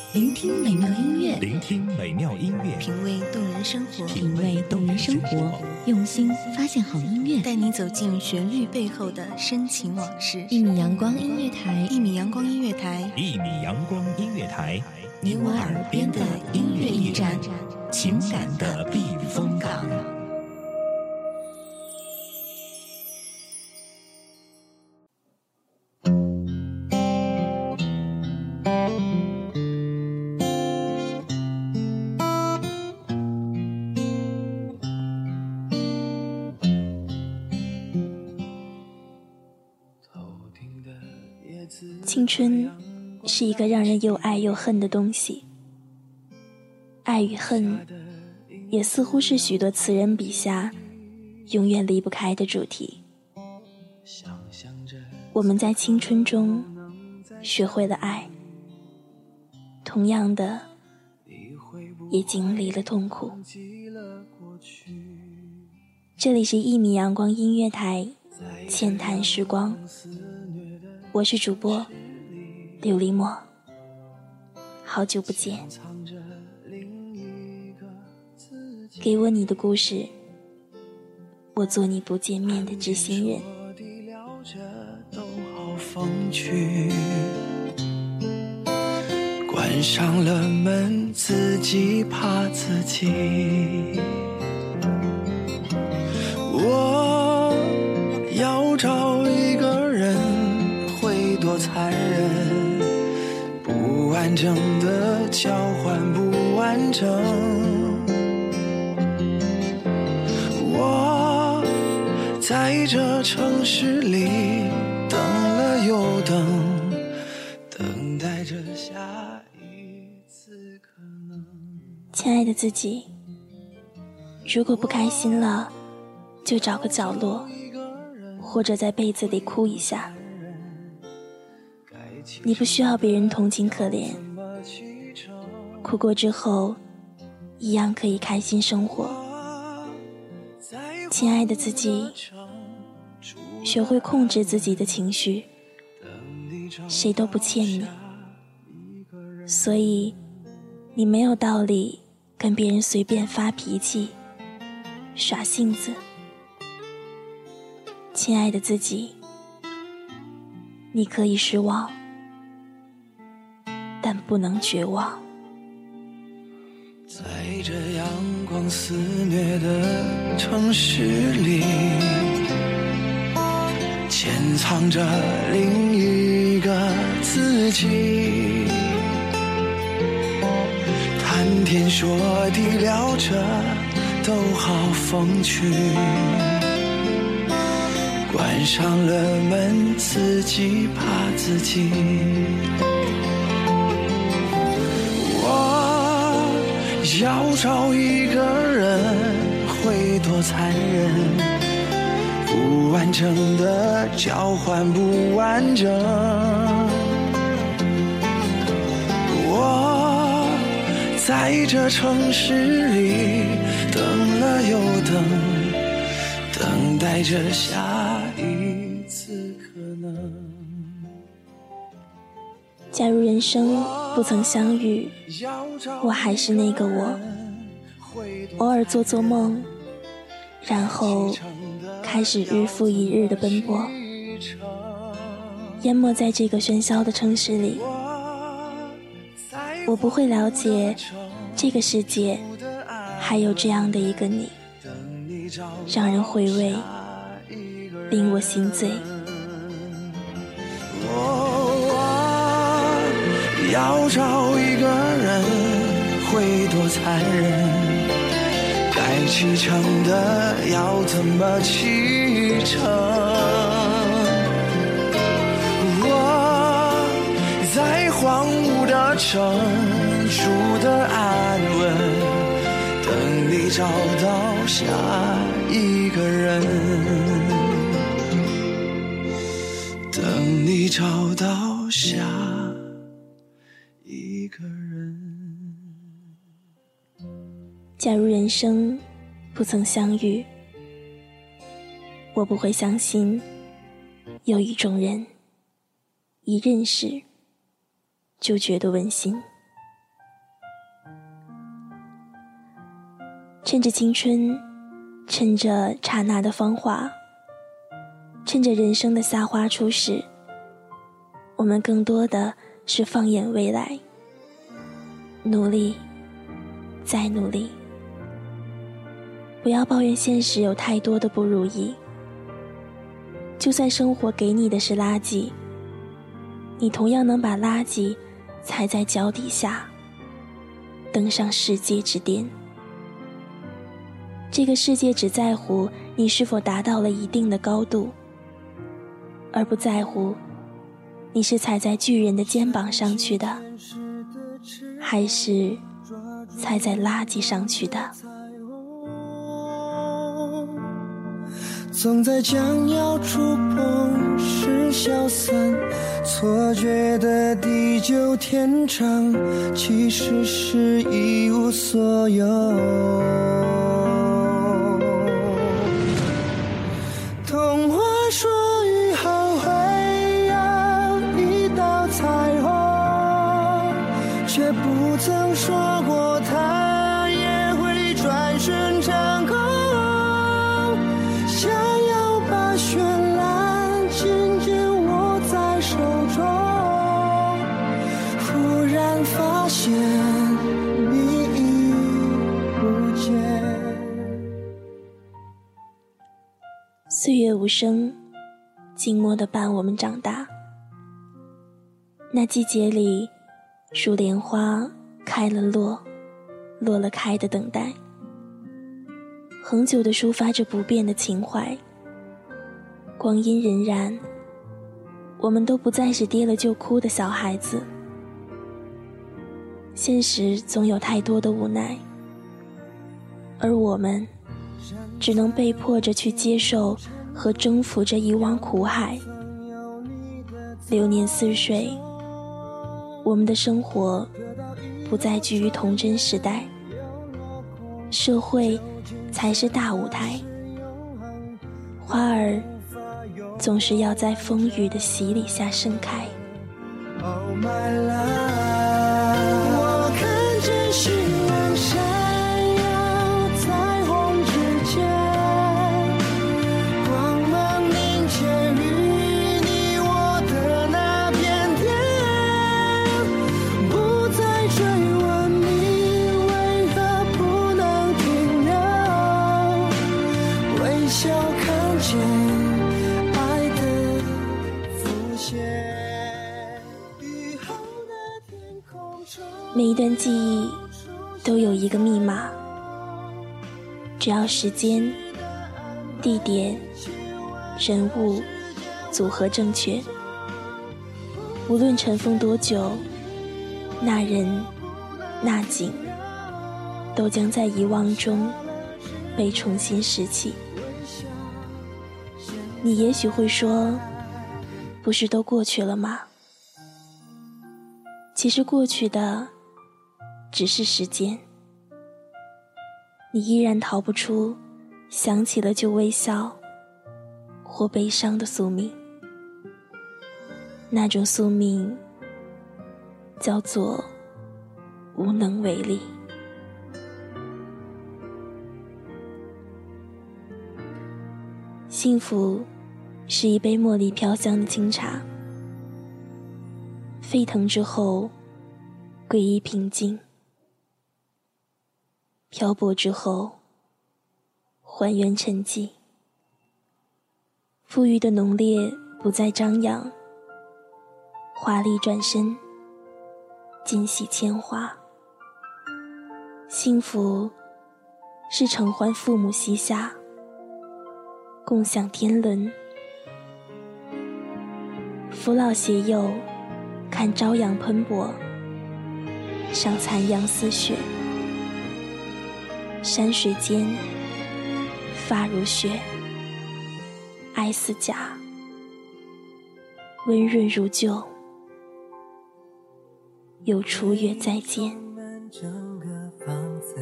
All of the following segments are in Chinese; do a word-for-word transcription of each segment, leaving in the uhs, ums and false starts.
聆听美妙音乐， 聆听美妙音乐， 品味动人生活， 品味动人生活，用心发现好音乐， 带你走进旋律背后的深情往事。 一米阳光音乐台， 一米阳光音乐台， 一米阳光音乐台， 你我耳边的音乐驿站，情感的避风港。 青春是一个让人又爱又恨的东西，爱与恨也似乎是许多词人笔下永远离不开的主题。我们在青春中学会了爱，同样的也经历了痛苦。这里是一米阳光音乐台，浅谈时光，我是主播琉璃墨，好久不见。给我你的故事，我做你不见面的知心人。 都好风趣，关上了门，自己怕自己。我要找一个人会多残忍，不完整的交换不完整。我在这城市里等了又等，等待着下一次可能。 亲爱的自己，如果不开心了，就找个角落，或者在被子里哭一下。你不需要别人同情可怜，哭过之后一样可以开心生活。亲爱的自己，学会控制自己的情绪，谁都不欠你，所以你没有道理跟别人随便发脾气耍性子。亲爱的自己，你可以失望，但不能绝望。 在这阳光肆虐的城市里，潜藏着另一个自己，谈天说地聊着都好风趣，关上了门，自己怕自己。我要找一个人会多残忍，不完整的交换不完整。我在这城市里等了又等，等待着下一次可能。 假如人生不曾相遇，我还是那个我，偶尔做做梦，然后开始日复一日的奔波，淹没在这个喧嚣的城市里。我不会了解这个世界还有这样的一个你，让人回味，令我心醉。 要找一个人会多残忍，该启程的要怎么启程？我在荒芜的城住的安稳，等你找到下一个人，等你找到下一个人。 假如人生不曾相遇，我不会相信有一种人一认识就觉得温馨。 趁着青春，趁着刹那的芳华，趁着人生的夏花初始，我们更多的是放眼未来，努力再努力。不要抱怨现实有太多的不如意，就算生活给你的是垃圾，你同样能把垃圾踩在脚底下，登上世界之巅。这个世界只在乎你是否达到了一定的高度，而不在乎你是踩在巨人的肩膀上去的，还是踩在垃圾上去的。 总在将要触碰时消散，错觉的地久天长，其实是一无所有。童话说雨后会有一道彩虹，却不曾说过它也会转瞬成空。想要把绚烂紧紧握在手中，忽然发现你已不见。 岁月无声，静默地伴我们长大。那季节里，树莲花开了落，落了开的等待，恒久地抒发着不变的情怀。光阴荏苒，我们都不再是跌了就哭的小孩子。现实总有太多的无奈，而我们只能被迫着去接受和征服着一汪苦海。流年似水，我们的生活不再居于童真时代，社会才是大舞台。花儿总是要在风雨的洗礼下盛开。 Oh my love， 我看见希望闪耀彩虹之间，光芒凝结于你我的那片天，不再追问你为何不能停留，微笑看见爱的浮现。 每一段记忆都有一个密码，只要时间、地点、人物组合正确，无论尘封多久，那人那景都将在遗忘中被重新拾起。你也许会说，不是都过去了吗？其实过去的只是时间，你依然逃不出想起了就微笑或悲伤的宿命。那种宿命叫做无能为力。幸福是一杯茉莉飘香的清茶，沸腾之后归于平静，漂泊之后还原沉寂。馥郁的浓烈不再张扬，华丽转身，尽洗铅华。幸福是承欢父母膝下，共享天伦。扶老携幼，看朝阳喷薄，赏残阳似雪。山水间，发如雪，爱似假，温润如旧，有初月再见。 整个房子，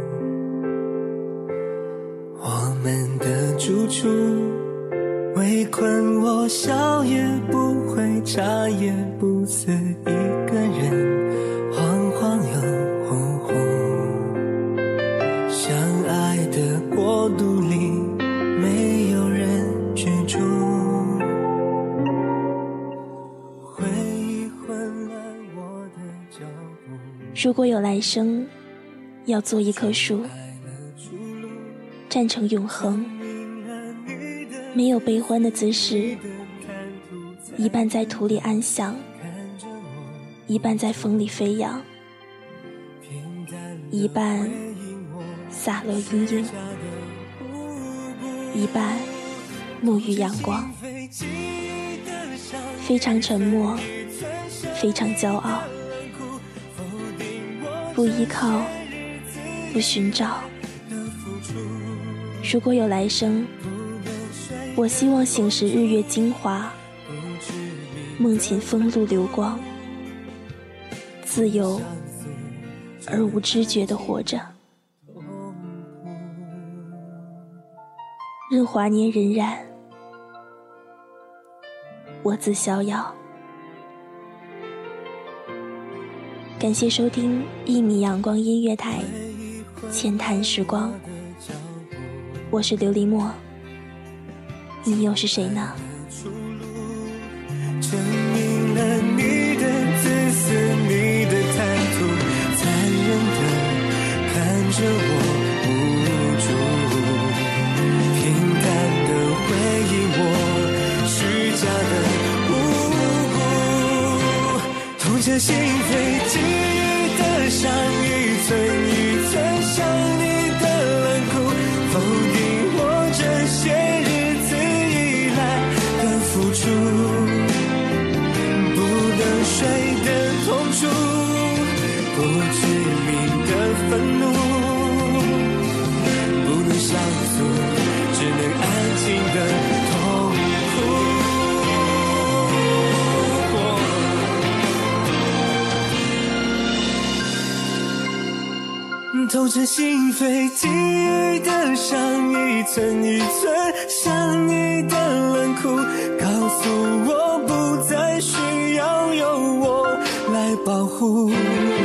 我们的住处围困我，笑也不会，茶也不思，一个人晃晃又呼呼，相爱如果有来生，要做一棵树，站成永恒，没有悲欢的姿势，一半在土里安详，一半在风里飞扬，一半洒落阴影，一半沐浴阳光。非常沉默，非常骄傲，不依靠，不寻找。如果有来生，我希望醒时日月精华，梦寝风露流光，自由而无知觉地活着。任华年荏苒，我自逍遥。感谢收听一米阳光音乐台，浅谈时光，我是琉璃墨，你又是谁呢？ 证明了你的自私，你的贪图，残忍的看着我无助，平淡的回应我虚假的无辜，痛彻心扉，记忆的伤一寸一寸像你的冷酷，否定我这些日子以来的付出，不能睡的痛楚，不知名的愤怒，不能上诉，只能安静的痛苦。透彻心扉，记忆的伤一寸一寸像你的冷酷，告诉我不再需要有我来保护，不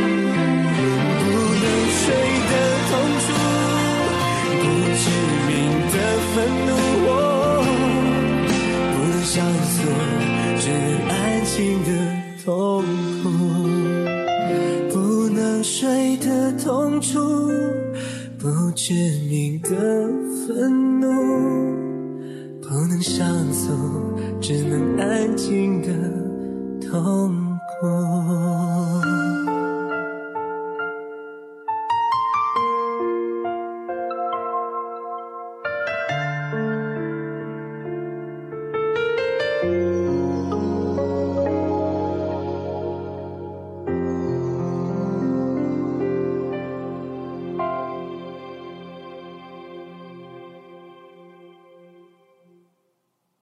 能睡的痛楚，不知名的愤怒，不能上诉，只能安静的痛苦，不能睡的痛楚，不知名的愤怒，不能上诉，只能安静的痛苦。